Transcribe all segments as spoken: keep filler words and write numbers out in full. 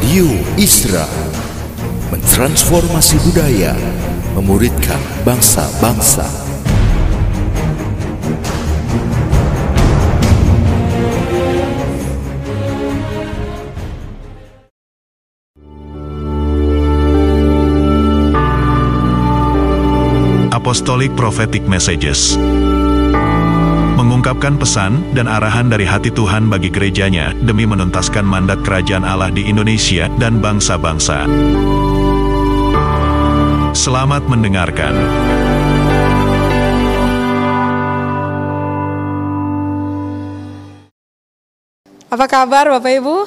Radio Isra mentransformasi budaya, memuridkan bangsa-bangsa. Apostolic Prophetic Messages mengungkapkan pesan dan arahan dari hati Tuhan bagi gerejanya demi menuntaskan mandat kerajaan Allah di Indonesia dan bangsa-bangsa. Selamat mendengarkan. Apa kabar Bapak Ibu?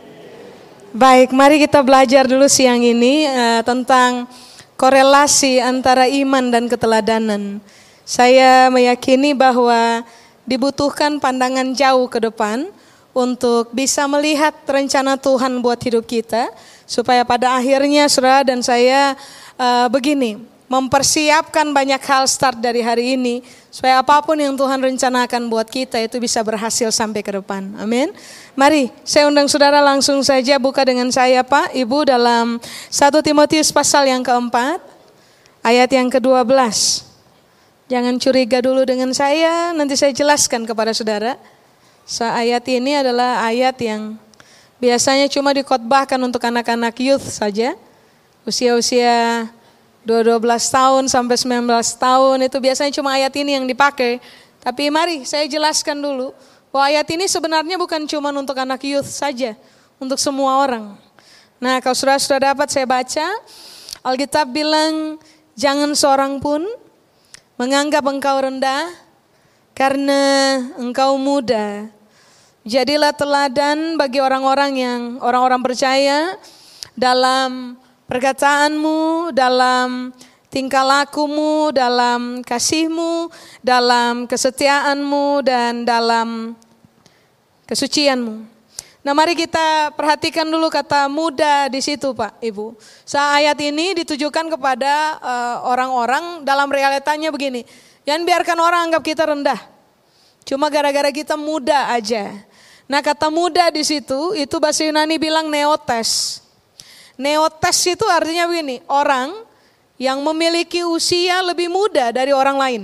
Baik, mari kita belajar dulu siang ini uh, tentang korelasi antara iman dan keteladanan. Saya meyakini bahwa dibutuhkan pandangan jauh ke depan untuk bisa melihat rencana Tuhan buat hidup kita, supaya pada akhirnya saudara dan saya uh, begini, mempersiapkan banyak hal start dari hari ini, supaya apapun yang Tuhan rencanakan buat kita itu bisa berhasil sampai ke depan. Amin. Mari saya undang saudara langsung saja buka dengan saya Pak Ibu dalam satu Timotius pasal yang keempat ayat yang kedua belas. Jangan curiga dulu dengan saya, nanti saya jelaskan kepada saudara. So, ayat ini adalah ayat yang biasanya cuma dikhotbahkan untuk anak-anak youth saja. Usia-usia dua belas tahun sampai sembilan belas tahun itu biasanya cuma ayat ini yang dipakai. Tapi mari saya jelaskan dulu bahwa ayat ini sebenarnya bukan cuma untuk anak youth saja, untuk semua orang. Nah, kalau saudara sudah dapat saya baca, Alkitab bilang jangan seorang pun menganggap engkau rendah karena engkau muda. Jadilah teladan bagi orang-orang yang orang-orang percaya dalam perkataanmu, dalam tingkah lakumu, dalam kasihmu, dalam kesetiaanmu, dan dalam kesucianmu. Nah, mari kita perhatikan dulu kata muda di situ Pak Ibu. Saat ayat ini ditujukan kepada uh, orang-orang dalam realitanya begini. Jangan biarkan orang anggap kita rendah. Cuma gara-gara kita muda aja. Nah, kata muda di situ itu bahasa Yunani bilang neotes. Neotes itu artinya begini, orang yang memiliki usia lebih muda dari orang lain.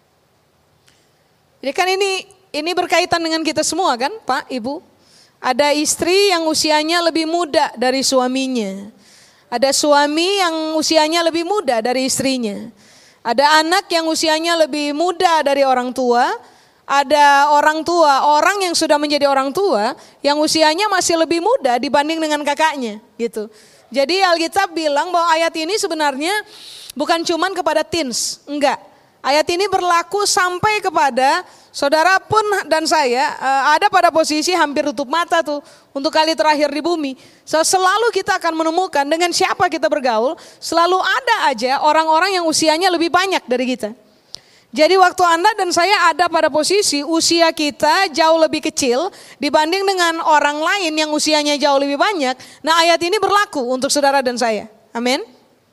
Jadi kan ini ini berkaitan dengan kita semua kan Pak Ibu. Ada istri yang usianya lebih muda dari suaminya. Ada suami yang usianya lebih muda dari istrinya. Ada anak yang usianya lebih muda dari orang tua. Ada orang tua, orang yang sudah menjadi orang tua yang usianya masih lebih muda dibanding dengan kakaknya gitu. Jadi Alkitab bilang bahwa ayat ini sebenarnya bukan cuman kepada teens, enggak. Ayat ini berlaku sampai kepada saudara pun dan saya ada pada posisi hampir tutup mata tuh untuk kali terakhir di bumi. So, selalu kita akan menemukan dengan siapa kita bergaul, selalu ada aja orang-orang yang usianya lebih banyak dari kita. Jadi waktu Anda dan saya ada pada posisi usia kita jauh lebih kecil dibanding dengan orang lain yang usianya jauh lebih banyak. Nah, ayat ini berlaku untuk saudara dan saya. Amin.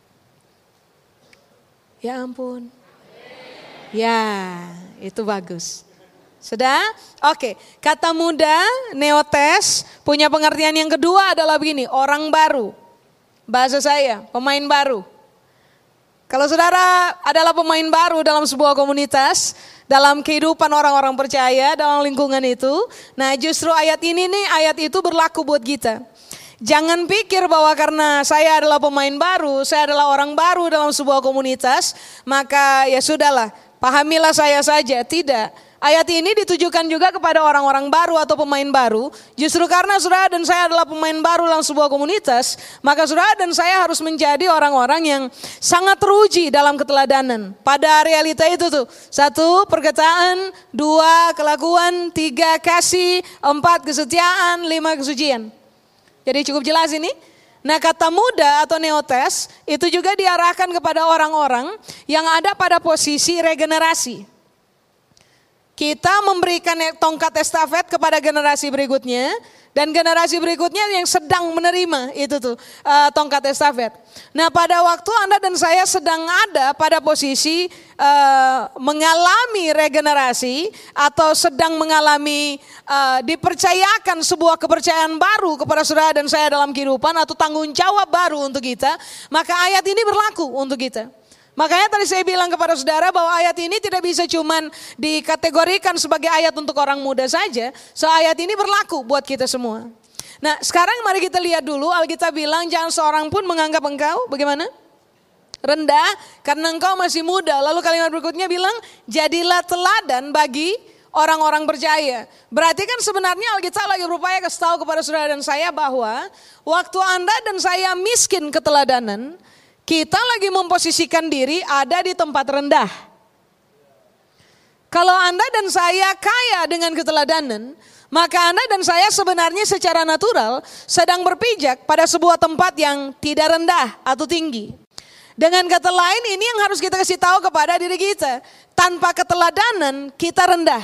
Ya ampun. Ya, itu bagus. Sudah? Oke, kata muda, neotes, punya pengertian yang kedua adalah begini, orang baru. Bahasa saya, pemain baru. Kalau saudara adalah pemain baru dalam sebuah komunitas, dalam kehidupan orang-orang percaya, dalam lingkungan itu, nah justru ayat ini nih, ayat itu berlaku buat kita. Jangan pikir bahwa karena saya adalah pemain baru, saya adalah orang baru dalam sebuah komunitas, maka ya sudahlah, pahamilah saya saja. Tidak. Ayat ini ditujukan juga kepada orang-orang baru atau pemain baru. Justru karena saudara dan saya adalah pemain baru dalam sebuah komunitas, maka saudara dan saya harus menjadi orang-orang yang sangat teruji dalam keteladanan. Pada realita itu tuh, satu perkataan, dua kelakuan, tiga kasih, empat kesetiaan, lima kesucian. Jadi cukup jelas ini. Nah, kata muda atau neotes itu juga diarahkan kepada orang-orang yang ada pada posisi regenerasi. kita memberikan tongkat estafet kepada generasi berikutnya. Dan generasi berikutnya yang sedang menerima itu tuh uh, tongkat estafet. Nah pada waktu Anda dan saya sedang ada pada posisi uh, mengalami regenerasi atau sedang mengalami uh, dipercayakan sebuah kepercayaan baru kepada saudara dan saya dalam kehidupan atau tanggung jawab baru untuk kita, maka ayat ini berlaku untuk kita. Makanya tadi saya bilang kepada saudara bahwa ayat ini tidak bisa cuman dikategorikan sebagai ayat untuk orang muda saja. So ayat ini berlaku buat kita semua. Nah sekarang mari kita lihat dulu, Alkitab bilang jangan seorang pun menganggap engkau bagaimana? Rendah karena engkau masih muda. Lalu kalimat berikutnya bilang jadilah teladan bagi orang-orang percaya. Berarti kan sebenarnya Alkitab lagi berupaya kasih tahu kepada saudara dan saya bahwa waktu Anda dan saya miskin keteladanan, kita lagi memposisikan diri ada di tempat rendah. Kalau Anda dan saya kaya dengan keteladanan, maka Anda dan saya sebenarnya secara natural sedang berpijak pada sebuah tempat yang tidak rendah atau tinggi. Dengan kata lain ini yang harus kita kasih tahu kepada diri kita. Tanpa keteladanan kita rendah.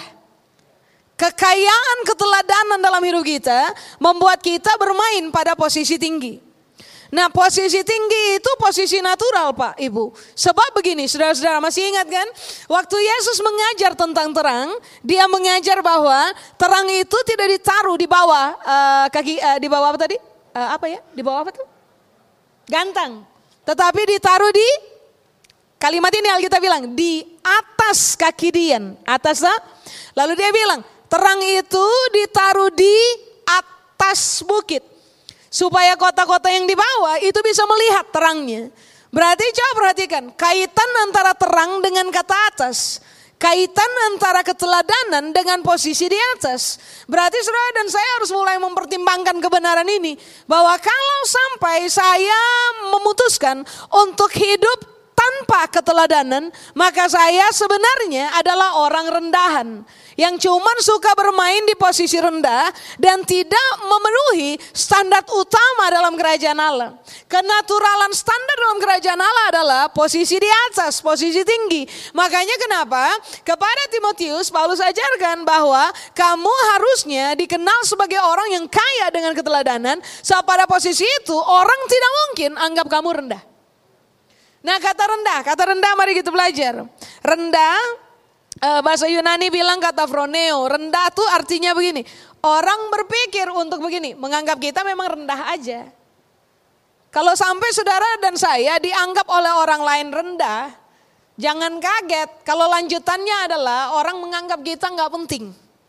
Kekayaan keteladanan dalam hidup kita membuat kita bermain pada posisi tinggi. Nah posisi tinggi itu posisi natural Pak Ibu. Sebab begini saudara-saudara masih ingat kan? Waktu Yesus mengajar tentang terang, dia mengajar bahwa terang itu tidak ditaruh di bawah uh, kaki uh, di bawah apa tadi? Uh, apa ya? Di bawah apa tuh? Gantang. Tetapi ditaruh di kalimat ini Alkitab bilang di atas kaki Dian. Atas tak? Lalu dia bilang terang itu ditaruh di atas bukit. Supaya kota-kota yang di bawah itu bisa melihat terangnya. Berarti coba perhatikan, kaitan antara terang dengan kata atas. Kaitan antara keteladanan dengan posisi di atas. Berarti saudara dan saya harus mulai mempertimbangkan kebenaran ini. Bahwa kalau sampai saya memutuskan untuk hidup tanpa keteladanan, maka saya sebenarnya adalah orang rendahan. Yang cuman suka bermain di posisi rendah dan tidak memenuhi standar utama dalam kerajaan Allah. Kenaturalan standar dalam kerajaan Allah adalah posisi di atas, posisi tinggi. Makanya kenapa kepada Timotius Paulus ajarkan bahwa kamu harusnya dikenal sebagai orang yang kaya dengan keteladanan. Sebab pada posisi itu orang tidak mungkin anggap kamu rendah. Nah kata rendah, kata rendah mari kita belajar. Rendah, bahasa Yunani bilang kata phroneo. Rendah tuh artinya begini. Orang berpikir untuk begini, menganggap kita memang rendah aja. Kalau sampai saudara dan saya dianggap oleh orang lain rendah, jangan kaget kalau lanjutannya adalah orang menganggap kita nggak penting.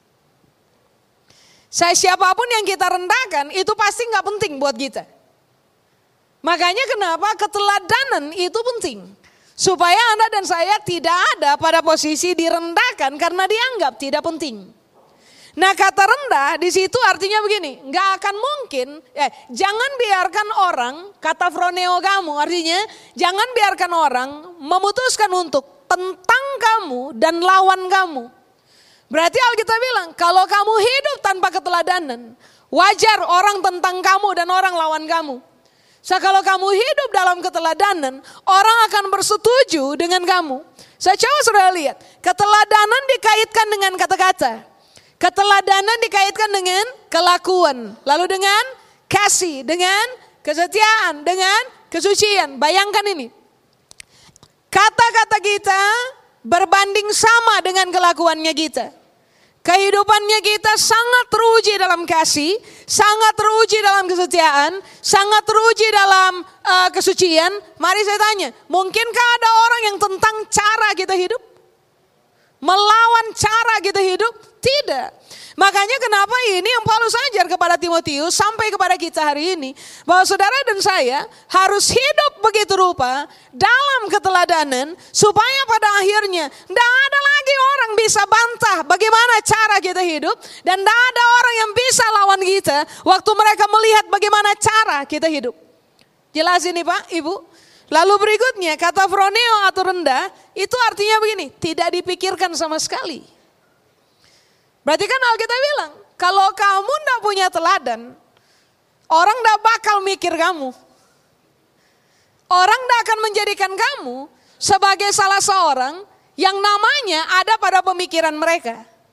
Saya siapapun yang kita rendahkan itu pasti nggak penting buat kita. Makanya kenapa keteladanan itu penting. Supaya Anda dan saya tidak ada pada posisi direndahkan karena dianggap tidak penting. Nah kata rendah di situ artinya begini, nggak akan mungkin, eh, jangan biarkan orang, kata phroneo kamu artinya jangan biarkan orang memutuskan untuk tentang kamu dan lawan kamu. Berarti Alkitab bilang kalau kamu hidup tanpa keteladanan, wajar orang tentang kamu dan orang lawan kamu. So, kalau kamu hidup dalam keteladanan, orang akan bersetuju dengan kamu. Saya coba saudara lihat, keteladanan dikaitkan dengan kata-kata. Keteladanan dikaitkan dengan kelakuan. Lalu dengan kasih, dengan kesetiaan, dengan kesucian. Bayangkan ini. Kata-kata kita berbanding sama dengan kelakuannya kita. Kehidupannya kita sangat teruji dalam kasih, sangat teruji dalam kesetiaan, sangat teruji dalam uh, kesucian. Mari saya tanya, mungkinkah ada orang yang tentang cara kita hidup? Melawan cara kita hidup? Tidak. Makanya kenapa ini yang Paulus ajar kepada Timotius sampai kepada kita hari ini. Bahwa saudara dan saya harus hidup begitu rupa dalam keteladanan. Supaya pada akhirnya tidak ada lagi orang bisa bantah bagaimana cara kita hidup. Dan tidak ada orang yang bisa lawan kita waktu mereka melihat bagaimana cara kita hidup. Jelas ini Pak, Ibu? Lalu berikutnya kata phroneo atau rendah itu artinya begini, tidak dipikirkan sama sekali. Berarti kan Alkitab bilang, kalau kamu tidak punya teladan, orang tidak bakal mikir kamu. Orang tidak akan menjadikan kamu sebagai salah seorang yang namanya ada pada pemikiran mereka.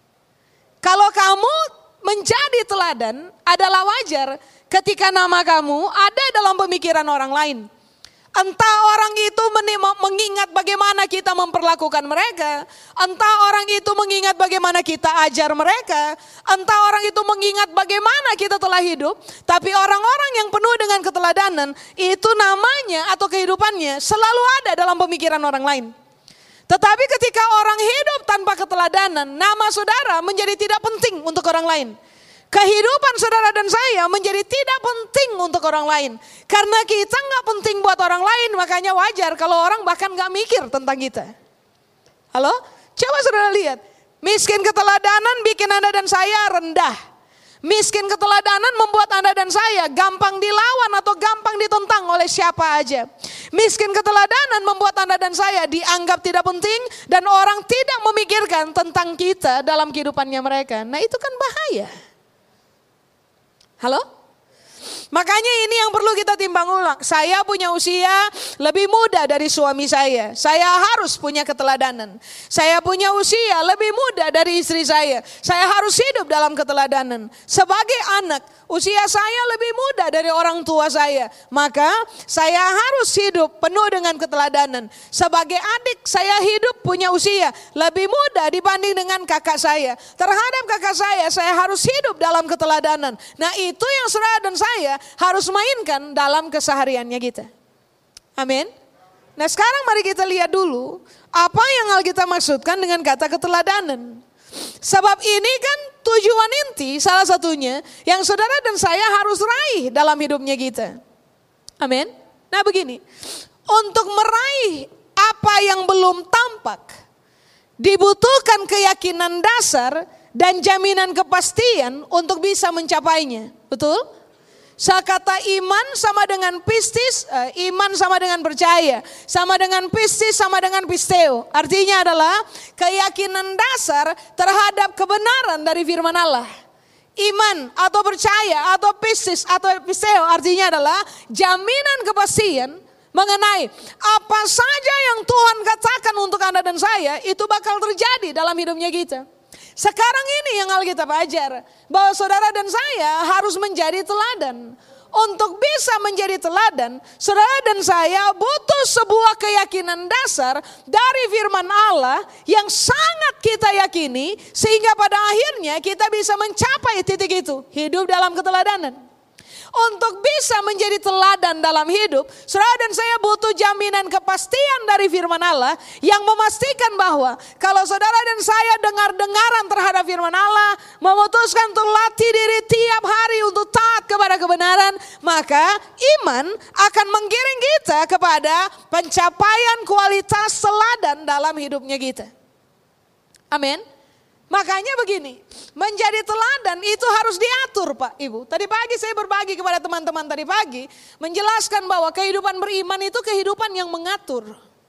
Kalau kamu menjadi teladan adalah wajar ketika nama kamu ada dalam pemikiran orang lain. Entah orang itu mengingat bagaimana kita memperlakukan mereka, entah orang itu mengingat bagaimana kita ajar mereka, entah orang itu mengingat bagaimana kita telah hidup, tapi orang-orang yang penuh dengan keteladanan itu namanya atau kehidupannya selalu ada dalam pemikiran orang lain. Tetapi ketika orang hidup tanpa keteladanan, nama saudara menjadi tidak penting untuk orang lain. Kehidupan saudara dan saya menjadi tidak penting untuk orang lain. Karena kita nggak penting buat orang lain, makanya wajar kalau orang bahkan nggak mikir tentang kita. Halo? Coba saudara lihat. Miskin keteladanan bikin Anda dan saya rendah. Miskin keteladanan membuat Anda dan saya gampang dilawan atau gampang ditentang oleh siapa aja. Miskin keteladanan membuat Anda dan saya dianggap tidak penting dan orang tidak memikirkan tentang kita dalam kehidupannya mereka. Nah itu kan bahaya. Halo? Makanya ini yang perlu kita timbang ulang. Saya punya usia lebih muda dari suami saya. Saya harus punya keteladanan. Saya punya usia lebih muda dari istri saya. Saya harus hidup dalam keteladanan. Sebagai anak, usia saya lebih muda dari orang tua saya. Maka saya harus hidup penuh dengan keteladanan. Sebagai adik, saya hidup punya usia lebih muda dibanding dengan kakak saya. Terhadap kakak saya, saya harus hidup dalam keteladanan. Nah itu yang saudara dan saya harus mainkan dalam kesehariannya kita. Amin. Nah sekarang mari kita lihat dulu apa yang Alkitab maksudkan dengan kata keteladanan. Sebab ini kan tujuan inti salah satunya yang saudara dan saya harus raih dalam hidupnya kita. Amin. Nah begini, untuk meraih apa yang belum tampak dibutuhkan keyakinan dasar dan jaminan kepastian untuk bisa mencapainya. Betul? Sekata iman sama dengan pistis, eh, iman sama dengan percaya, sama dengan pistis sama dengan pisteo. Artinya adalah keyakinan dasar terhadap kebenaran dari firman Allah. Iman atau percaya atau pistis atau pisteo artinya adalah jaminan kepastian mengenai apa saja yang Tuhan katakan untuk Anda dan saya itu bakal terjadi dalam hidupnya kita. Sekarang ini yang Alkitab ajar, bahwa saudara dan saya harus menjadi teladan. Untuk bisa menjadi teladan, saudara dan saya butuh sebuah keyakinan dasar dari firman Allah yang sangat kita yakini, sehingga pada akhirnya kita bisa mencapai titik itu, hidup dalam keteladanan. Untuk bisa menjadi teladan dalam hidup, saudara dan saya butuh jaminan kepastian dari firman Allah yang memastikan bahwa kalau saudara dan saya dengar-dengaran terhadap firman Allah, memutuskan untuk latih diri tiap hari untuk taat kepada kebenaran, maka iman akan menggiring kita kepada pencapaian kualitas teladan dalam hidupnya kita. Amin. Makanya begini, menjadi teladan itu harus diatur Pak Ibu. Tadi pagi saya berbagi kepada teman-teman tadi pagi, menjelaskan bahwa kehidupan beriman itu kehidupan yang mengatur.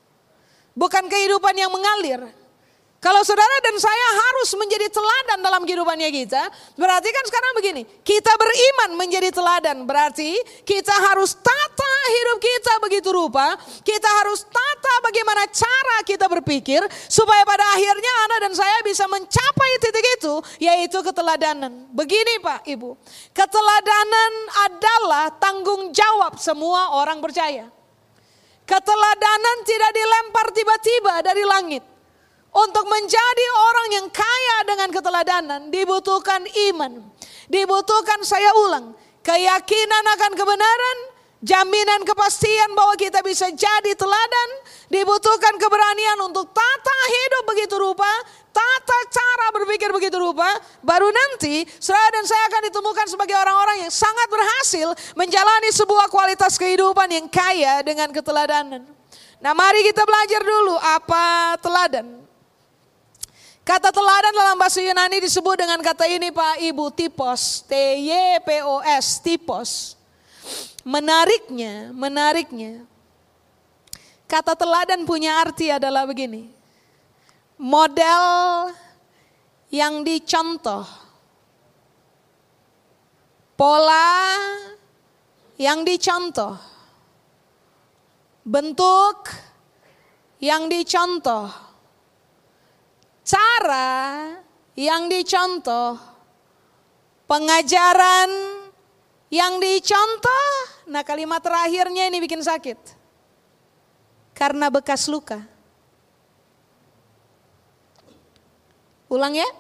Bukan kehidupan yang mengalir. Kalau saudara dan saya harus menjadi teladan dalam kehidupannya kita, berarti kan sekarang begini, kita beriman menjadi teladan, berarti kita harus tata hidup kita begitu rupa, kita harus tata bagaimana cara kita berpikir, supaya pada akhirnya Anda dan saya bisa mencapai titik itu, yaitu keteladanan. Begini Pak Ibu, keteladanan adalah tanggung jawab semua orang percaya. Keteladanan tidak dilempar tiba-tiba dari langit. Untuk menjadi orang yang kaya dengan keteladanan dibutuhkan iman. Dibutuhkan, saya ulang, keyakinan akan kebenaran, jaminan kepastian bahwa kita bisa jadi teladan, dibutuhkan keberanian untuk tata hidup begitu rupa, tata cara berpikir begitu rupa, baru nanti saudara dan saya akan ditemukan sebagai orang-orang yang sangat berhasil menjalani sebuah kualitas kehidupan yang kaya dengan keteladanan. Nah mari kita belajar dulu apa teladan. Kata teladan dalam bahasa Yunani disebut dengan kata ini Pak Ibu, typos, T Y P O S, typos. Menariknya, menariknya, kata teladan punya arti adalah begini, model yang dicontoh, pola yang dicontoh, bentuk yang dicontoh, cara yang dicontoh, pengajaran yang dicontoh. Nah, kalimat terakhirnya ini bikin sakit. Karena bekas luka. Ulang ya.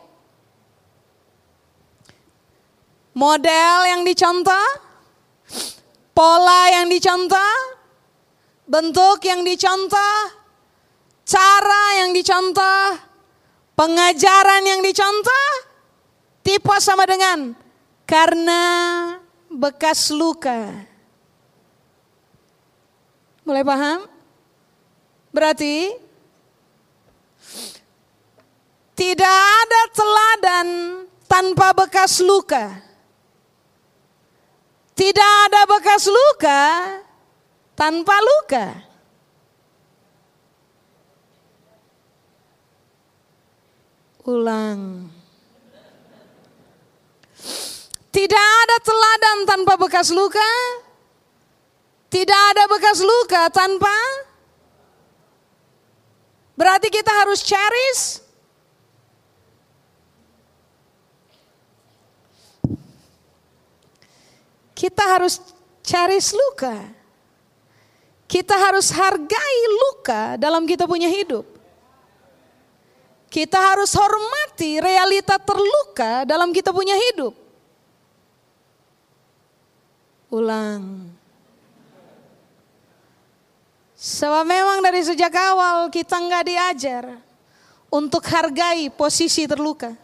Model yang dicontoh, pola yang dicontoh, bentuk yang dicontoh, cara yang dicontoh, pengajaran yang dicontoh, tipe sama dengan karena bekas luka. Mulai paham? Berarti tidak ada teladan tanpa bekas luka. Tidak ada bekas luka tanpa luka. Ulang. Tidak ada teladan tanpa bekas luka. Tidak ada bekas luka tanpa. Berarti kita harus cherish. Kita harus cherish luka. Kita harus hargai luka dalam kita punya hidup. Kita harus hormati realita terluka dalam kita punya hidup. Ulang. Sebab memang dari sejak awal kita nggak diajar untuk hargai posisi terluka.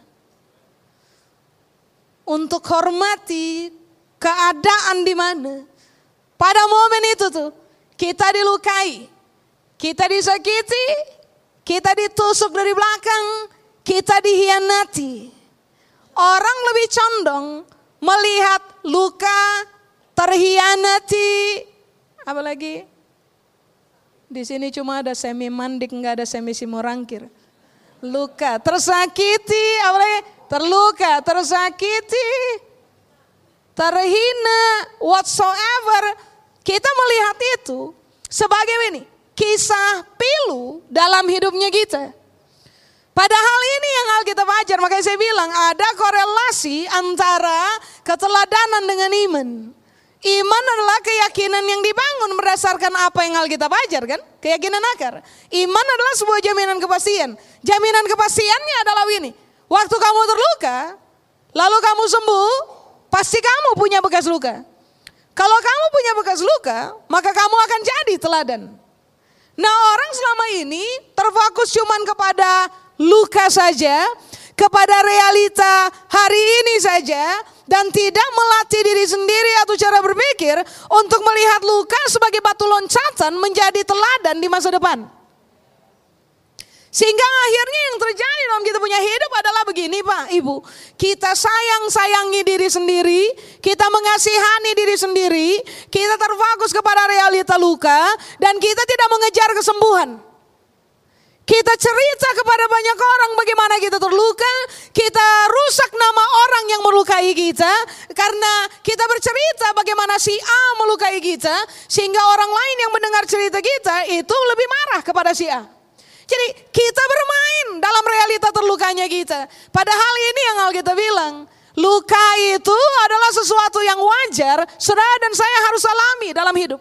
Untuk hormati keadaan di mana pada momen itu tuh kita dilukai, kita disakiti, kita ditusuk dari belakang, kita dihianati. Orang lebih condong melihat luka, terhianati, apalagi di sini cuma ada semi mandik, nggak ada semi simorangkir. Luka, tersakiti, apalagi terluka, tersakiti, terhina, whatsoever. Kita melihat itu sebagai ini kisah pilu dalam hidupnya kita. Padahal ini yang Alkitab ajar, makanya saya bilang ada korelasi antara keteladanan dengan iman. Iman adalah keyakinan yang dibangun berdasarkan apa yang Alkitab ajar kan? Keyakinan akar. Iman adalah sebuah jaminan kepastian. Jaminan kepastiannya adalah ini. Waktu kamu terluka, lalu kamu sembuh, pasti kamu punya bekas luka. Kalau kamu punya bekas luka, maka kamu akan jadi teladan. Nah, orang selama ini terfokus cuman kepada luka saja, kepada realita hari ini saja, dan tidak melatih diri sendiri atau cara berpikir untuk melihat luka sebagai batu loncatan menjadi teladan di masa depan. Sehingga akhirnya yang terjadi dalam kita punya hidup adalah begini Pak, Ibu. Kita sayang-sayangi diri sendiri, kita mengasihani diri sendiri, kita terfokus kepada realita luka, dan kita tidak mengejar kesembuhan. Kita cerita kepada banyak orang bagaimana kita terluka, kita rusak nama orang yang melukai kita, karena kita bercerita bagaimana si A melukai kita, sehingga orang lain yang mendengar cerita kita itu lebih marah kepada si A. Jadi kita bermain dalam realita terlukanya kita. Padahal ini yang Alkitab bilang, luka itu adalah sesuatu yang wajar, saudara dan saya harus alami dalam hidup.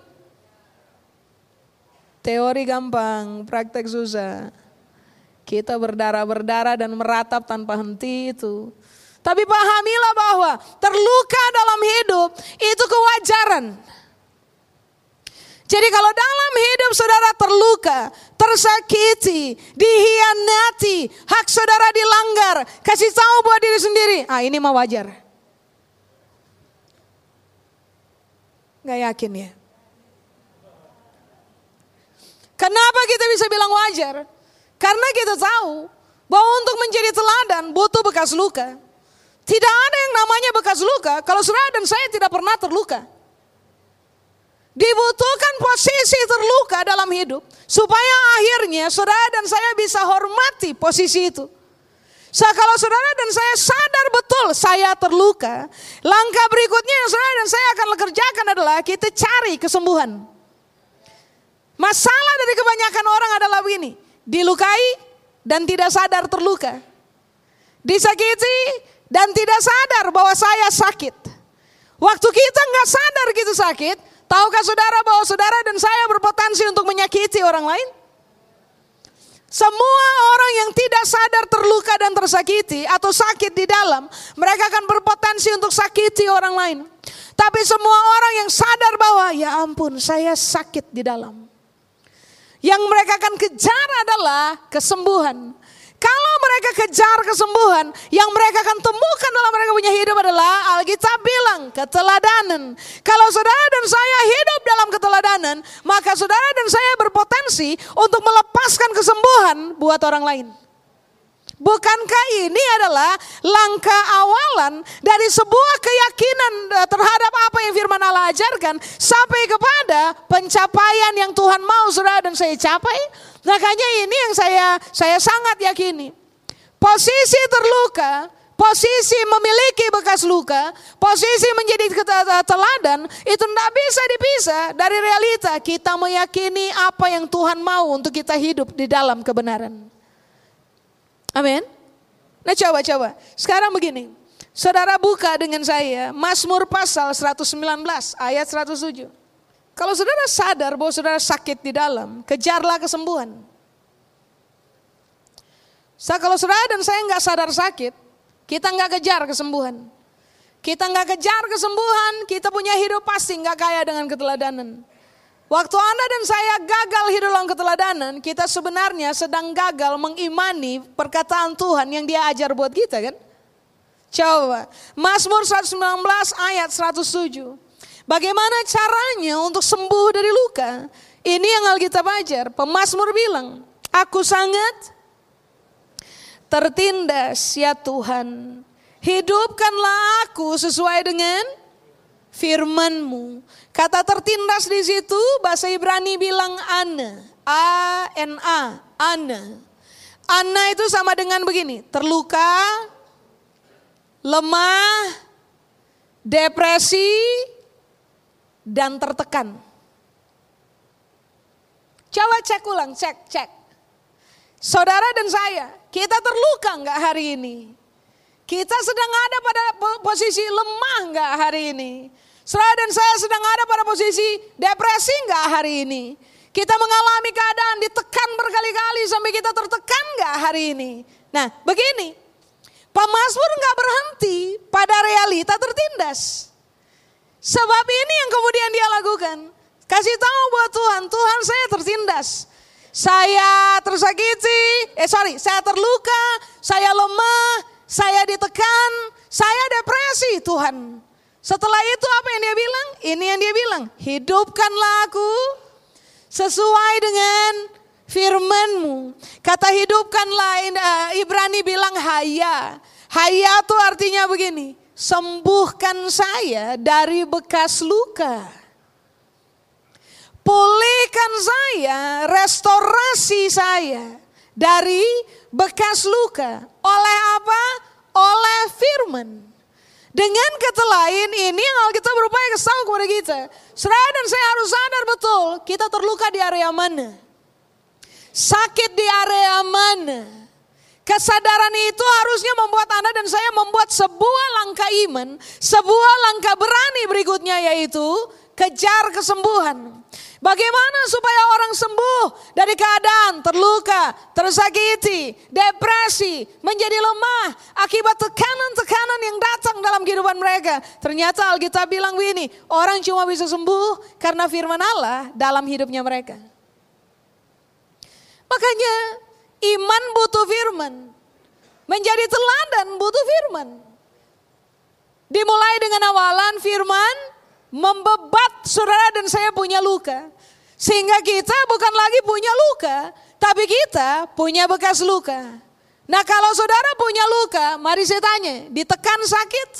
Teori gampang, praktek susah. Kita berdarah-berdarah dan meratap tanpa henti itu. Tapi pahamilah bahwa terluka dalam hidup itu kewajaran. Jadi kalau dalam hidup saudara terluka, tersakiti, dihianati, hak saudara dilanggar, kasih tahu buat diri sendiri, ah ini mah wajar. Gak yakin ya? Kenapa kita bisa bilang wajar? Karena kita tahu bahwa untuk menjadi teladan butuh bekas luka. Tidak ada yang namanya bekas luka kalau saudara dan saya tidak pernah terluka. Dibutuhkan posisi terluka dalam hidup supaya akhirnya saudara dan saya bisa hormati posisi itu. So, kalau saudara dan saya sadar betul saya terluka, langkah berikutnya yang saudara dan saya akan kerjakan adalah kita cari kesembuhan. Masalah dari kebanyakan orang adalah begini, dilukai dan tidak sadar terluka. disakiti, dan tidak sadar bahwa saya sakit. Waktu kita nggak sadar gitu sakit, tahukah saudara bahwa saudara dan saya berpotensi untuk menyakiti orang lain? Semua orang yang tidak sadar terluka dan tersakiti atau sakit di dalam, mereka akan berpotensi untuk sakiti orang lain. Tapi semua orang yang sadar bahwa ya ampun saya sakit di dalam, yang mereka akan kejar adalah kesembuhan. Kalau mereka kejar kesembuhan, yang mereka akan temukan dalam mereka punya hidup adalah Alkitab bilang keteladanan. Kalau saudara dan saya hidup dalam keteladanan, maka saudara dan saya berpotensi untuk melepaskan kesembuhan buat orang lain. Bukankah ini adalah langkah awalan dari sebuah keyakinan terhadap apa yang firman Allah ajarkan sampai kepada pencapaian yang Tuhan mau saudara dan saya capai? Makanya ini yang saya saya sangat yakini. Posisi terluka, posisi memiliki bekas luka, posisi menjadi teladan itu tidak bisa dipisah dari realita kita meyakini apa yang Tuhan mau untuk kita hidup di dalam kebenaran. Amin. Nah coba-coba. Sekarang begini. Saudara buka dengan saya Mazmur pasal seratus sembilan belas ayat seratus tujuh. Kalau saudara sadar bahwa saudara sakit di dalam, kejarlah kesembuhan. So, kalau saudara dan saya nggak sadar sakit, kita nggak kejar kesembuhan. Kita nggak kejar kesembuhan, kita punya hidup pasti nggak kaya dengan keteladanan. Waktu Anda dan saya gagal hidup dalam keteladanan, kita sebenarnya sedang gagal mengimani perkataan Tuhan yang Dia ajar buat kita kan? Coba, Mazmur seratus sembilan belas ayat seratus tujuh. Bagaimana caranya untuk sembuh dari luka? Ini yang Alkitab ajar. Pemazmur bilang, aku sangat tertindas ya Tuhan. Hidupkanlah aku sesuai dengan firman-Mu. Kata tertindas di situ bahasa Ibrani bilang ana, A N A, ana. Ana itu sama dengan begini, terluka, lemah, depresi, dan tertekan. Coba cek ulang, cek, cek. Saudara dan saya, kita terluka enggak hari ini? Kita sedang ada pada posisi lemah enggak hari ini? Saudara dan saya sedang ada pada posisi depresi enggak hari ini? Kita mengalami keadaan ditekan berkali-kali sampai kita tertekan enggak hari ini? Nah begini, pemazmur enggak berhenti pada realita tertindas. Sebab ini yang kemudian dia lakukan. Kasih tahu buat Tuhan, Tuhan saya tertindas. Saya tersakiti, eh sorry, saya terluka, saya lemah, saya ditekan, saya depresi Tuhan. Setelah itu apa yang dia bilang? Ini yang dia bilang, hidupkanlah aku sesuai dengan firman-Mu. Kata hidupkanlah, Ibrani bilang haya. Haya itu artinya begini, sembuhkan saya dari bekas luka. Pulihkan saya, restorasi saya dari bekas luka. Oleh apa? Oleh firman. Dengan kata lain ini yang Alkitab berupaya kasih tahu kepada kita. Saudara dan saya harus sadar betul kita terluka di area mana. Sakit di area mana. Kesadaran itu harusnya membuat Anda dan saya membuat sebuah langkah iman, sebuah langkah berani berikutnya yaitu kejar kesembuhan. Bagaimana supaya orang sembuh dari keadaan terluka, tersakiti, depresi, menjadi lemah akibat tekanan-tekanan yang datang dalam kehidupan mereka. Ternyata Alkitab bilang begini, orang cuma bisa sembuh karena firman Allah dalam hidupnya mereka. Makanya iman butuh firman, menjadi teladan butuh firman. Dimulai dengan awalan firman, membebat saudara dan saya punya luka. Sehingga kita bukan lagi punya luka, tapi kita punya bekas luka. Nah kalau saudara punya luka, mari saya tanya, ditekan sakit?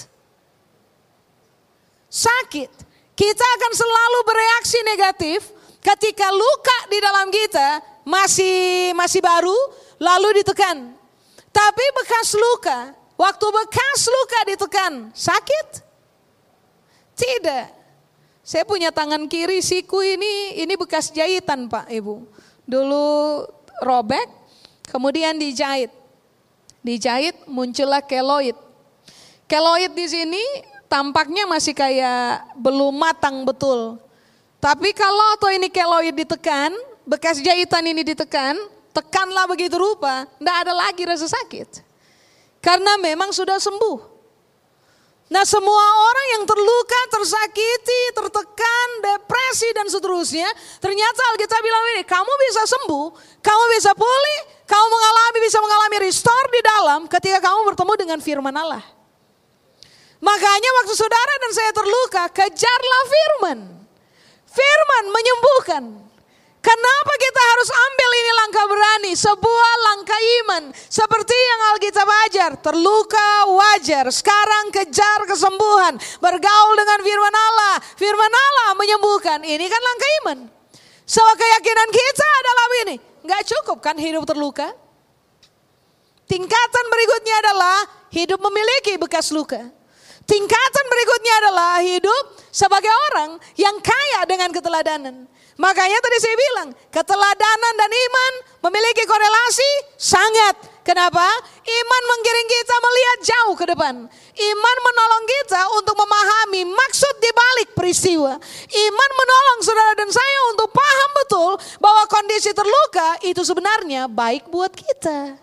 Sakit. Kita akan selalu bereaksi negatif ketika luka di dalam kita masih masih baru, lalu ditekan. Tapi bekas luka, waktu bekas luka ditekan, sakit? Tidak. Saya punya tangan kiri siku ini, ini bekas jahitan Pak Ibu. Dulu robek, kemudian dijahit. dijahit muncullah keloid. Keloid di sini tampaknya masih kayak belum matang betul. Tapi kalau atau ini keloid ditekan, bekas jahitan ini ditekan, tekanlah begitu rupa, tidak ada lagi rasa sakit. Karena memang sudah sembuh. Nah, semua orang yang terluka, tersakiti, tertekan, depresi dan seterusnya, ternyata Alkitab bilang ini, kamu bisa sembuh, kamu bisa pulih, kamu mengalami bisa mengalami restore di dalam ketika kamu bertemu dengan firman Allah. Makanya waktu saudara dan saya terluka, kejarlah firman. Firman menyembuhkan. Kenapa kita harus ambil ini langkah berani? Sebuah langkah iman. Seperti yang Alkitab ajar. Terluka wajar. Sekarang kejar kesembuhan. Bergaul dengan firman Allah. Firman Allah menyembuhkan. Ini kan langkah iman. So keyakinan kita adalah ini. Gak cukup kan hidup terluka? Tingkatan berikutnya adalah hidup memiliki bekas luka. Tingkatan berikutnya adalah hidup sebagai orang yang kaya dengan keteladanan. Makanya tadi saya bilang, keteladanan dan iman memiliki korelasi sangat. Kenapa? Iman menggiring kita melihat jauh ke depan. Iman menolong kita untuk memahami maksud di balik peristiwa. Iman menolong saudara dan saya untuk paham betul bahwa kondisi terluka itu sebenarnya baik buat kita.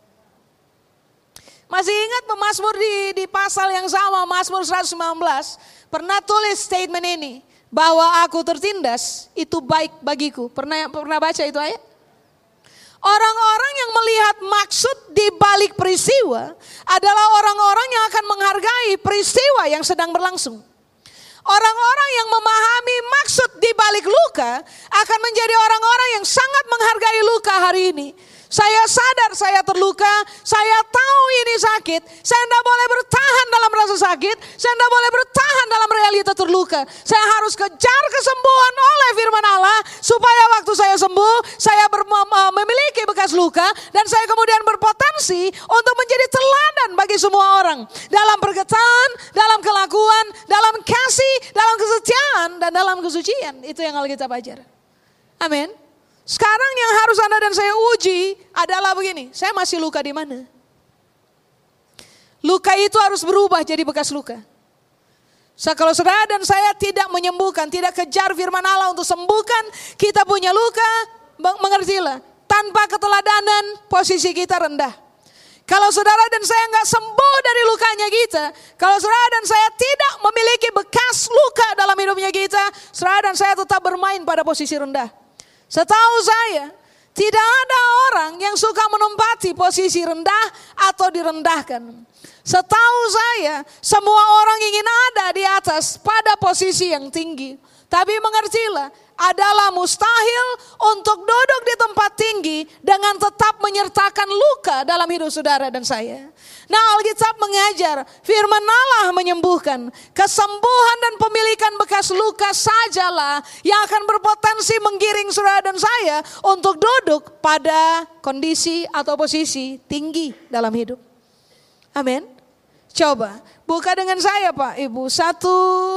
Masih ingat pemazmur di, di pasal yang sama, Mazmur seratus sembilan belas, pernah tulis statement ini, bahwa aku tertindas itu baik bagiku. Pernah pernah baca itu ayat? Orang-orang yang melihat maksud di balik peristiwa adalah orang-orang yang akan menghargai peristiwa yang sedang berlangsung. Orang-orang yang memahami maksud di balik luka akan menjadi orang-orang yang sangat menghargai luka hari ini. Saya sadar saya terluka, saya tahu ini sakit, saya tidak boleh bertahan dalam rasa sakit, saya tidak boleh bertahan dalam realita terluka. Saya harus kejar kesembuhan oleh firman Allah, supaya waktu saya sembuh, saya ber, memiliki bekas luka, dan saya kemudian berpotensi untuk menjadi teladan bagi semua orang. Dalam perkataan, dalam kelakuan, dalam kasih, dalam kesetiaan, dan dalam kesucian. Itu yang Alkitab ajar. Amin. Sekarang yang harus Anda dan saya uji adalah begini, saya masih luka di mana? Luka itu harus berubah jadi bekas luka. So, kalau saudara dan saya tidak menyembuhkan, tidak kejar firman Allah untuk sembuhkan, kita punya luka, mengertilah, tanpa keteladanan posisi kita rendah. Kalau saudara dan saya nggak sembuh dari lukanya kita, kalau saudara dan saya tidak memiliki bekas luka dalam hidupnya kita, saudara dan saya tetap bermain pada posisi rendah. Setahu saya, tidak ada orang yang suka menempati posisi rendah atau direndahkan. Setahu saya, semua orang ingin ada di atas pada posisi yang tinggi. Tapi mengertilah, adalah mustahil untuk duduk di tempat tinggi dengan tetap menyertakan luka dalam hidup saudara dan saya. Nah, Alkitab mengajar, firman Allah menyembuhkan. Kesembuhan dan pemilikan bekas luka sajalah yang akan berpotensi menggiring saudara dan saya untuk duduk pada kondisi atau posisi tinggi dalam hidup. Amin. Coba buka dengan saya Pak Ibu, satu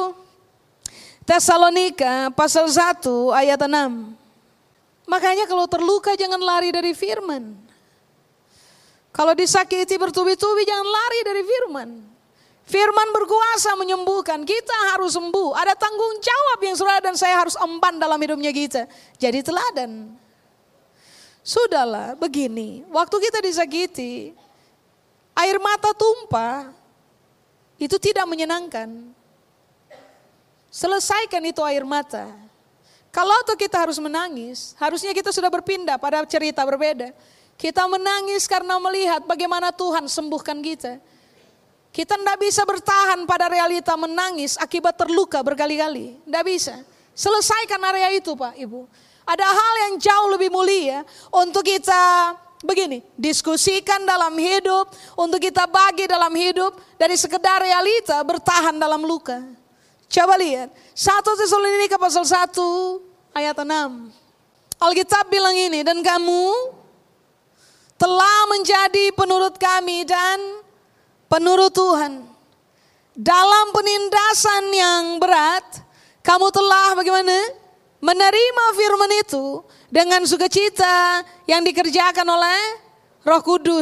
Tesalonika pasal satu ayat enam. Makanya kalau terluka jangan lari dari firman. Kalau disakiti bertubi-tubi jangan lari dari firman. Firman berkuasa menyembuhkan, kita harus sembuh. Ada tanggung jawab yang saudara dan saya harus emban dalam hidupnya kita. Jadi teladan. Sudahlah begini, waktu kita disakiti, air mata tumpah, itu tidak menyenangkan. Selesaikan itu air mata. Kalau tuh kita harus menangis, harusnya kita sudah berpindah pada cerita berbeda. Kita menangis karena melihat bagaimana Tuhan sembuhkan kita. Kita tidak bisa bertahan pada realita menangis akibat terluka berkali-kali. Tidak bisa. Selesaikan area itu Pak Ibu. Ada hal yang jauh lebih mulia untuk kita begini, diskusikan dalam hidup, untuk kita bagi dalam hidup, dari sekedar realita bertahan dalam luka. Coba lihat, satu Tesalonika pasal satu ayat enam. Alkitab bilang ini, dan kamu telah menjadi penurut kami dan penurut Tuhan. Dalam penindasan yang berat, kamu telah bagaimana? Menerima firman itu dengan sukacita yang dikerjakan oleh Roh Kudus.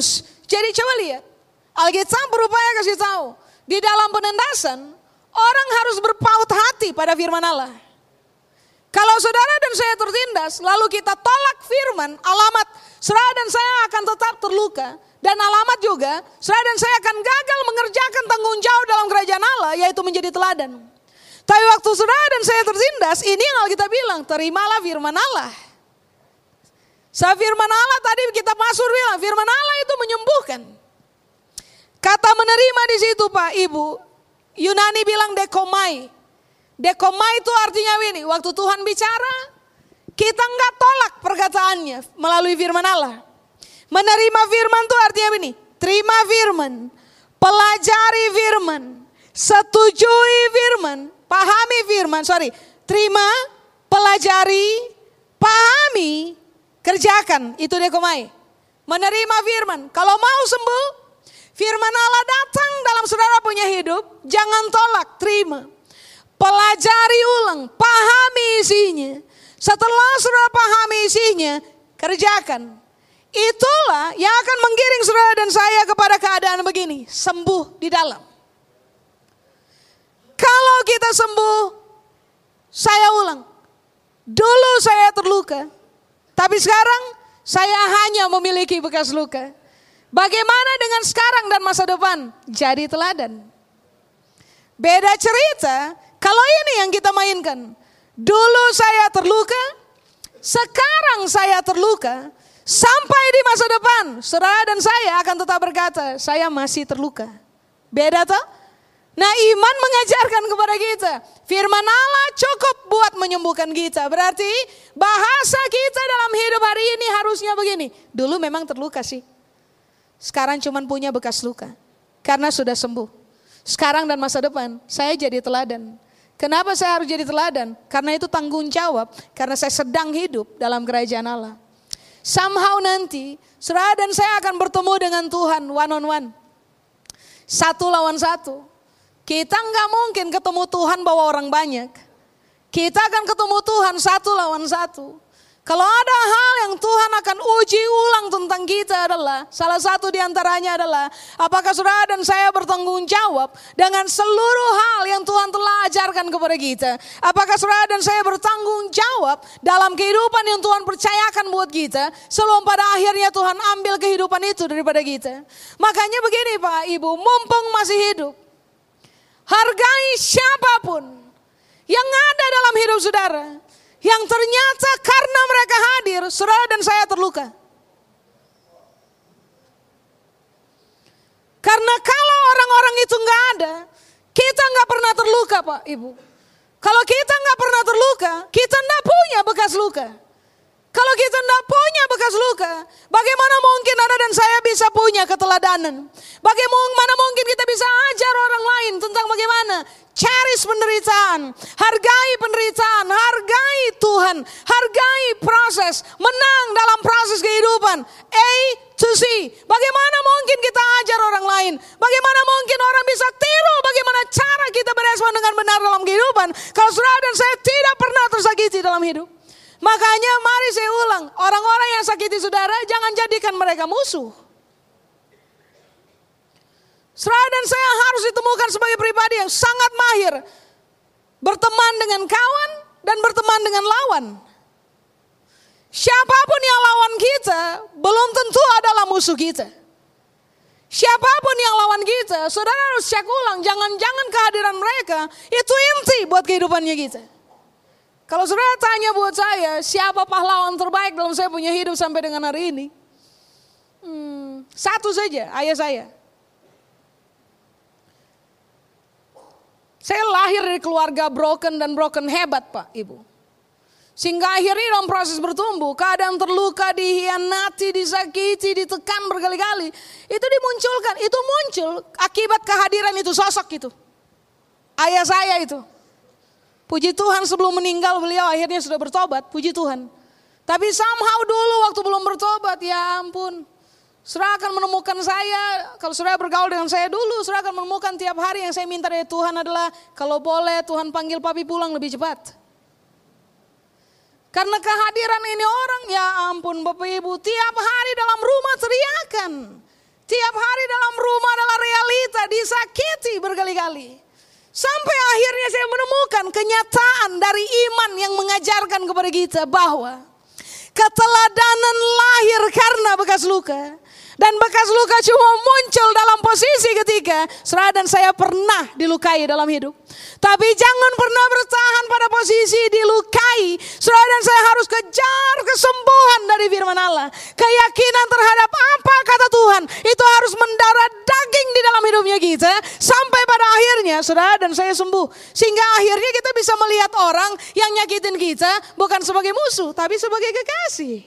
Jadi coba lihat, Alkitab berupaya kasih tahu, di dalam penendasan, orang harus berpaut hati pada firman Allah. Kalau saudara dan saya tertindas, lalu kita tolak firman, alamat saudara dan saya akan tetap terluka. Dan alamat juga, saudara dan saya akan gagal mengerjakan tanggung jawab dalam kerajaan Allah, yaitu menjadi teladan. Tapi waktu saudara dan saya tertindas, ini yang Alkitab bilang, terimalah firman Allah. Sa firman Allah tadi kita pasur bilang, firman Allah itu menyembuhkan. Kata menerima di situ Pak Ibu, Yunani bilang dekomai. Dekomai itu artinya ini, waktu Tuhan bicara, kita enggak tolak perkataannya melalui firman Allah. Menerima firman itu artinya ini, terima firman, pelajari firman, setujui firman, pahami firman, sorry, terima, pelajari, pahami, kerjakan, itu dekomai. Menerima firman, kalau mau sembuh, firman Allah datang dalam saudara punya hidup, jangan tolak, terima. Pelajari ulang, pahami isinya. Setelah saudara pahami isinya, kerjakan. Itulah yang akan menggiring saudara dan saya kepada keadaan begini, sembuh di dalam. Kalau kita sembuh, saya ulang, dulu saya terluka, tapi sekarang saya hanya memiliki bekas luka. Bagaimana dengan sekarang dan masa depan? Jadi teladan. Beda cerita, kalau ini yang kita mainkan. Dulu saya terluka, sekarang saya terluka, sampai di masa depan, saudara dan saya akan tetap berkata, saya masih terluka. Beda toh? Nah, iman mengajarkan kepada kita, firman Allah cukup buat menyembuhkan kita. Berarti bahasa kita dalam hidup hari ini harusnya begini. Dulu memang terluka sih, sekarang cuman punya bekas luka, karena sudah sembuh. Sekarang dan masa depan, saya jadi teladan. Kenapa saya harus jadi teladan? Karena itu tanggung jawab, karena saya sedang hidup dalam kerajaan Allah. Somehow nanti, saudara dan saya akan bertemu dengan Tuhan one on one. Satu lawan satu. Kita nggak mungkin ketemu Tuhan bawa orang banyak. Kita akan ketemu Tuhan satu lawan satu. Kalau ada hal yang Tuhan akan uji ulang tentang kita adalah, salah satu diantaranya adalah, apakah saudara dan saya bertanggung jawab dengan seluruh hal yang Tuhan telah ajarkan kepada kita. Apakah saudara dan saya bertanggung jawab dalam kehidupan yang Tuhan percayakan buat kita, sebelum pada akhirnya Tuhan ambil kehidupan itu daripada kita. Makanya begini Pak Ibu, mumpung masih hidup, hargai siapapun yang ada dalam hidup saudara, yang ternyata karena mereka hadir, saudara dan saya terluka. Karena kalau orang-orang itu nggak ada, kita nggak pernah terluka Pak Ibu. Kalau kita nggak pernah terluka, kita nggak punya bekas luka. Kalau kita nggak punya bekas luka, bagaimana mungkin Anda dan saya bisa punya keteladanan? Bagaimana mungkin kita bisa ajar orang lain tentang bagaimana cherish penderitaan, hargai penderitaan, hargai Tuhan, hargai proses, menang dalam proses kehidupan, A to Z. Bagaimana mungkin kita ajar orang lain? Bagaimana mungkin orang bisa tiru bagaimana cara kita berespon dengan benar dalam kehidupan kalau saudara dan saya tidak pernah tersakiti dalam hidup? Makanya mari saya ulang, orang-orang yang sakiti saudara jangan jadikan mereka musuh. Saudara dan saya harus ditemukan sebagai pribadi yang sangat mahir berteman dengan kawan dan berteman dengan lawan. Siapapun yang lawan kita belum tentu adalah musuh kita. Siapapun yang lawan kita, saudara harus cek ulang, jangan-jangan kehadiran mereka itu inti buat kehidupannya kita. Kalau saudara tanya buat saya, siapa pahlawan terbaik dalam saya punya hidup sampai dengan hari ini? Hmm, satu saja, ayah saya. Saya lahir dari keluarga broken dan broken hebat Pak Ibu. Sehingga akhirnya dalam proses bertumbuh, keadaan terluka, dihianati, disakiti, ditekan berkali-kali. Itu dimunculkan, itu muncul akibat kehadiran itu, sosok itu. Ayah saya itu. Puji Tuhan sebelum meninggal beliau akhirnya sudah bertobat, puji Tuhan. Tapi somehow dulu waktu belum bertobat, ya ampun. Saudara akan menemukan saya, kalau saudara bergaul dengan saya dulu, saudara akan menemukan tiap hari yang saya minta dari Tuhan adalah, kalau boleh Tuhan panggil papi pulang lebih cepat. Karena kehadiran ini orang, ya ampun Bapak Ibu, tiap hari dalam rumah teriakan. Tiap hari dalam rumah adalah realita, disakiti berkali-kali. Sampai akhirnya saya menemukan kenyataan dari iman yang mengajarkan kepada kita bahwa keteladanan lahir karena bekas luka. Dan bekas luka cuma muncul dalam posisi ketika saudara dan saya pernah dilukai dalam hidup. Tapi jangan pernah bertahan pada posisi dilukai. Saudara dan saya harus kejar kesembuhan dari firman Allah. Keyakinan terhadap apa kata Tuhan itu harus mendarah daging di dalam hidupnya kita. Sampai pada akhirnya saudara dan saya sembuh. Sehingga akhirnya kita bisa melihat orang yang nyakitin kita bukan sebagai musuh tapi sebagai kekasih.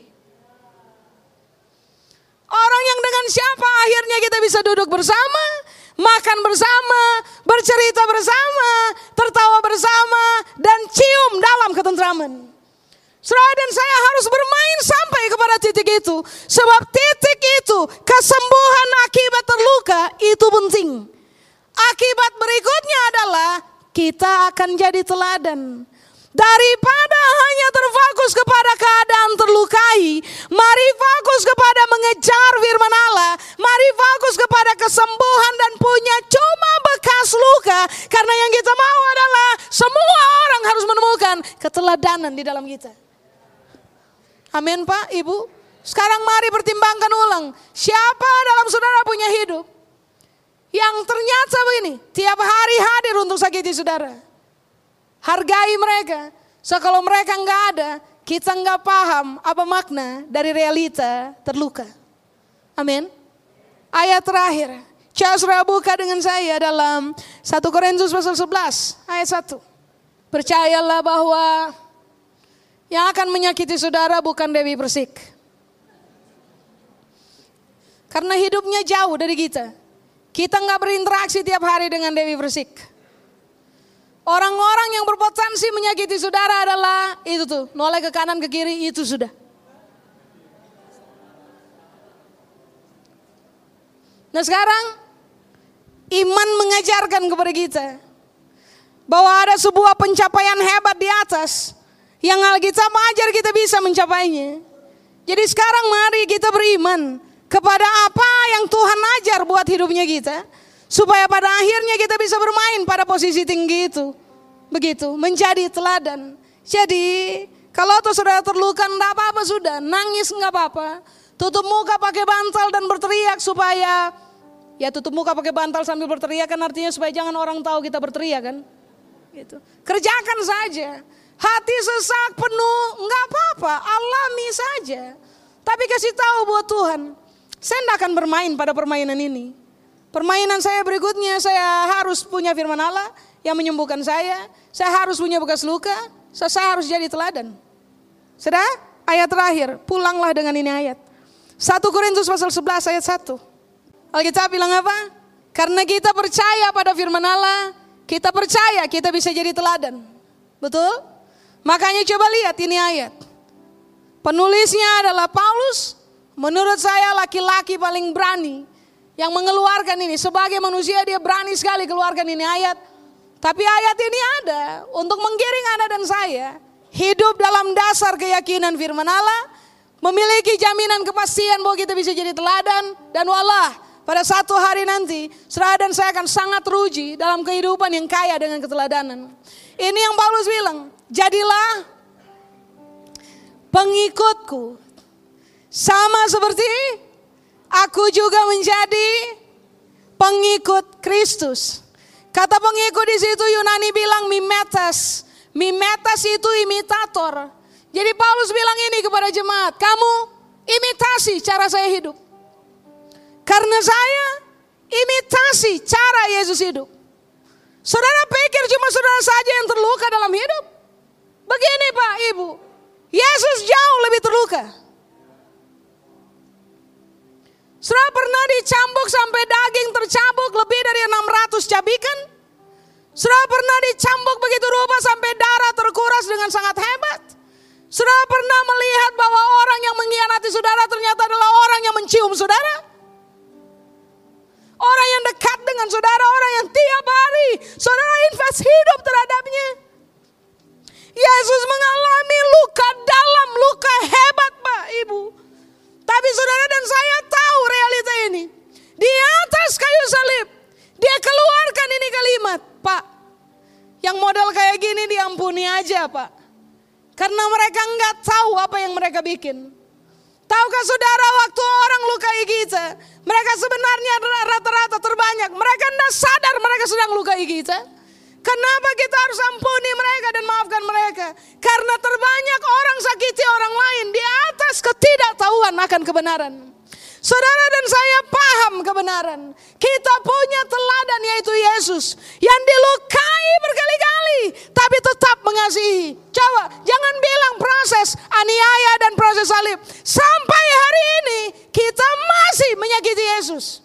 Orang yang dengan siapa akhirnya kita bisa duduk bersama, makan bersama, bercerita bersama, tertawa bersama, dan cium dalam ketentraman. Saudara dan saya harus bermain sampai kepada titik itu. Sebab titik itu, kesembuhan akibat terluka itu penting. Akibat berikutnya adalah kita akan jadi teladan. Daripada hanya terfokus kepada keadaan terlukai, mari fokus kepada mengejar firman Allah. Mari fokus kepada kesembuhan dan punya cuma bekas luka. Karena yang kita mau adalah semua orang harus menemukan keteladanan di dalam kita. Amin Pak, Ibu. Sekarang mari pertimbangkan ulang. Siapa dalam saudara punya hidup yang ternyata begini, tiap hari hadir untuk sakiti saudara. Hargai mereka. So kalau mereka enggak ada, kita enggak paham apa makna dari realita terluka. Amin. Ayat terakhir. Coba saudara buka dengan saya dalam satu Korintus pasal sebelas ayat satu. Percayalah bahwa yang akan menyakiti saudara bukan Dewi Persik. Karena hidupnya jauh dari kita. Kita enggak berinteraksi tiap hari dengan Dewi Persik. Orang-orang yang berpotensi menyakiti saudara adalah itu tuh, noleh ke kanan ke kiri itu sudah. Nah sekarang iman mengajarkan kepada kita bahwa ada sebuah pencapaian hebat di atas yang Alkitab ajar kita bisa mencapainya. Jadi sekarang mari kita beriman kepada apa yang Tuhan ajar buat hidupnya kita. Supaya pada akhirnya kita bisa bermain pada posisi tinggi itu. Begitu, menjadi teladan. Jadi, kalau tuh saudara terluka enggak apa-apa sudah, nangis enggak apa-apa. Tutup muka pakai bantal dan berteriak supaya, ya tutup muka pakai bantal sambil berteriak kan artinya supaya jangan orang tahu kita berteriak kan. Gitu. Kerjakan saja. Hati sesak penuh, enggak apa-apa, alami saja. Tapi kasih tahu buat Tuhan, saya enggak akan bermain pada permainan ini. Permainan saya berikutnya, saya harus punya firman Allah yang menyembuhkan saya. Saya harus punya bekas luka, saya harus jadi teladan. Sudah? Ayat terakhir, pulanglah dengan ini ayat. satu Korintus pasal sebelas ayat satu. Alkitab bilang apa? Karena kita percaya pada firman Allah, kita percaya kita bisa jadi teladan. Betul? Makanya coba lihat ini ayat. Penulisnya adalah Paulus, menurut saya laki-laki paling berani yang mengeluarkan ini. Sebagai manusia dia berani sekali keluarkan ini ayat. Tapi ayat ini ada untuk menggiring Anda dan saya hidup dalam dasar keyakinan firman Allah, memiliki jaminan kepastian bahwa kita bisa jadi teladan. Dan wallah pada satu hari nanti saudara dan saya akan sangat teruji dalam kehidupan yang kaya dengan keteladanan. Ini yang Paulus bilang, jadilah pengikutku sama seperti aku juga menjadi pengikut Kristus. Kata pengikut di situ Yunani bilang mimetas. Mimetas itu imitator. Jadi Paulus bilang ini kepada jemaat, kamu imitasi cara saya hidup. Karena saya imitasi cara Yesus hidup. Saudara pikir cuma saudara saja yang terluka dalam hidup? Begini Pak, Ibu, Yesus jauh lebih terluka. Saudara pernah dicambuk sampai daging tercabuk lebih dari enam ratus cabikan? Saudara pernah dicambuk begitu rupa sampai darah terkuras dengan sangat hebat? Saudara pernah melihat bahwa orang yang mengkhianati saudara ternyata adalah orang yang mencium saudara? Orang yang dekat dengan saudara, orang yang tiap hari saudara invest hidup terhadapnya. Yesus mengalami luka dalam, luka hebat Pak, Ibu. Tapi saudara dan saya tahu realita ini. Di atas kayu salib. Dia keluarkan ini kalimat. Pak, yang model kayak gini diampuni aja Pak. Karena mereka nggak tahu apa yang mereka bikin. Tahukah saudara waktu orang lukai kita, mereka sebenarnya rata-rata terbanyak. Mereka tidak sadar mereka sedang lukai kita. Kenapa kita harus ampuni mereka dan maafkan mereka? Karena terbanyak orang sakiti orang lain di atas ketidaktahuan akan kebenaran. Saudara dan saya paham kebenaran. Kita punya teladan yaitu Yesus. Yang dilukai berkali-kali tapi tetap mengasihi. Coba jangan bilang proses aniaya dan proses salib. Sampai hari ini kita masih menyakiti Yesus.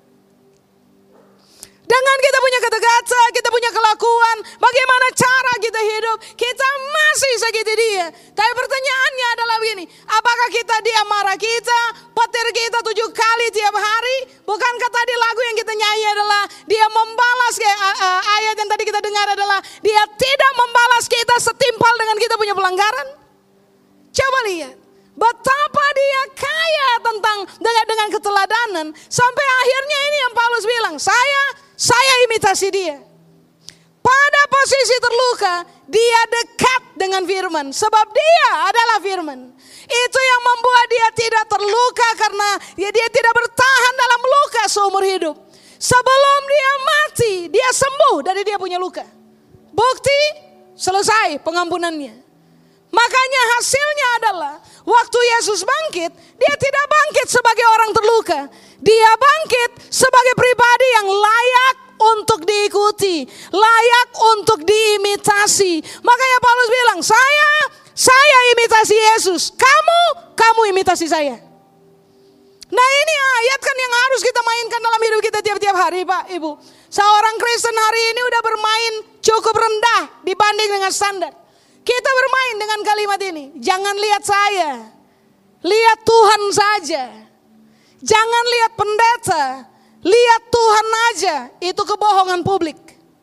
Dengan kita punya kata-kata, kita punya kelakuan, bagaimana cara kita hidup, kita masih sakiti dia. Tapi pertanyaannya adalah begini, apakah kita dia marah kita, petir kita tujuh kali tiap hari? Bukankah tadi lagu yang kita nyanyi adalah dia membalas, kayak uh, ayat yang tadi kita dengar adalah dia tidak membalas kita setimpal dengan kita punya pelanggaran? Coba lihat. Betapa dia kaya tentang dengan dengan keteladanan sampai akhirnya ini yang Paulus bilang, saya saya imitasi dia. Pada posisi terluka, dia dekat dengan firman sebab dia adalah firman. Itu yang membuat dia tidak terluka karena dia, dia tidak bertahan dalam luka seumur hidup. Sebelum dia mati, dia sembuh dari dia punya luka. Bukti selesai pengampunannya. Makanya hasilnya adalah waktu Yesus bangkit, dia tidak bangkit sebagai orang terluka. Dia bangkit sebagai pribadi yang layak untuk diikuti, layak untuk diimitasi. Makanya Paulus bilang, saya, saya imitasi Yesus. Kamu, kamu imitasi saya. Nah ini ayat kan yang harus kita mainkan dalam hidup kita tiap-tiap hari Pak, Ibu. Seorang Kristen hari ini udah bermain cukup rendah dibanding dengan standar. Kita bermain dengan kalimat ini. Jangan lihat saya. Lihat Tuhan saja. Jangan lihat pendeta. Lihat Tuhan aja. Itu kebohongan publik.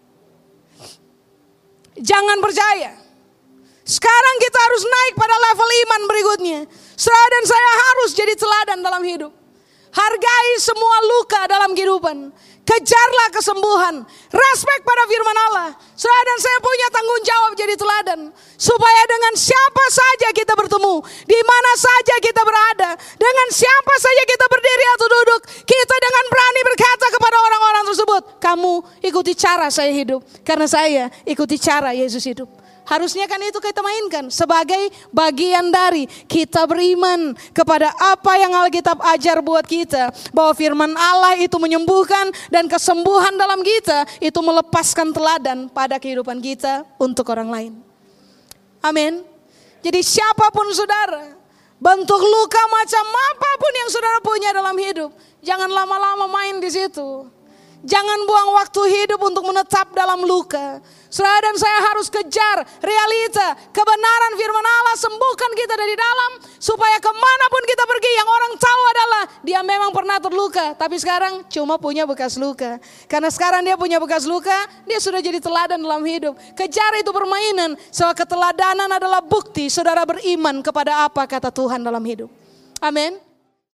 Jangan percaya. Sekarang kita harus naik pada level iman berikutnya. Saudara dan saya harus jadi teladan dalam hidup. Hargai semua luka dalam kehidupan. Kejarlah kesembuhan. Respek pada firman Allah. Saudara dan saya punya tanggung jawab jadi teladan. Supaya dengan siapa saja kita bertemu. Di mana saja kita berada. Dengan siapa saja kita berdiri atau duduk. Kita dengan berani berkata kepada orang-orang tersebut. Kamu ikuti cara saya hidup. Karena saya ikuti cara Yesus hidup. Harusnya kan itu kita mainkan sebagai bagian dari kita beriman kepada apa yang Alkitab ajar buat kita. Bahwa firman Allah itu menyembuhkan dan kesembuhan dalam kita itu melepaskan teladan pada kehidupan kita untuk orang lain. Amin. Jadi siapapun saudara, bentuk luka macam apapun yang saudara punya dalam hidup, jangan lama-lama main di situ. Jangan buang waktu hidup untuk menetap dalam luka. Saudara dan saya harus kejar realita, kebenaran firman Allah, sembuhkan kita dari dalam. Supaya kemanapun kita pergi yang orang tahu adalah dia memang pernah terluka. Tapi sekarang cuma punya bekas luka. Karena sekarang dia punya bekas luka, dia sudah jadi teladan dalam hidup. Kejar itu permainan, sebab keteladanan adalah bukti saudara beriman kepada apa kata Tuhan dalam hidup. Amin.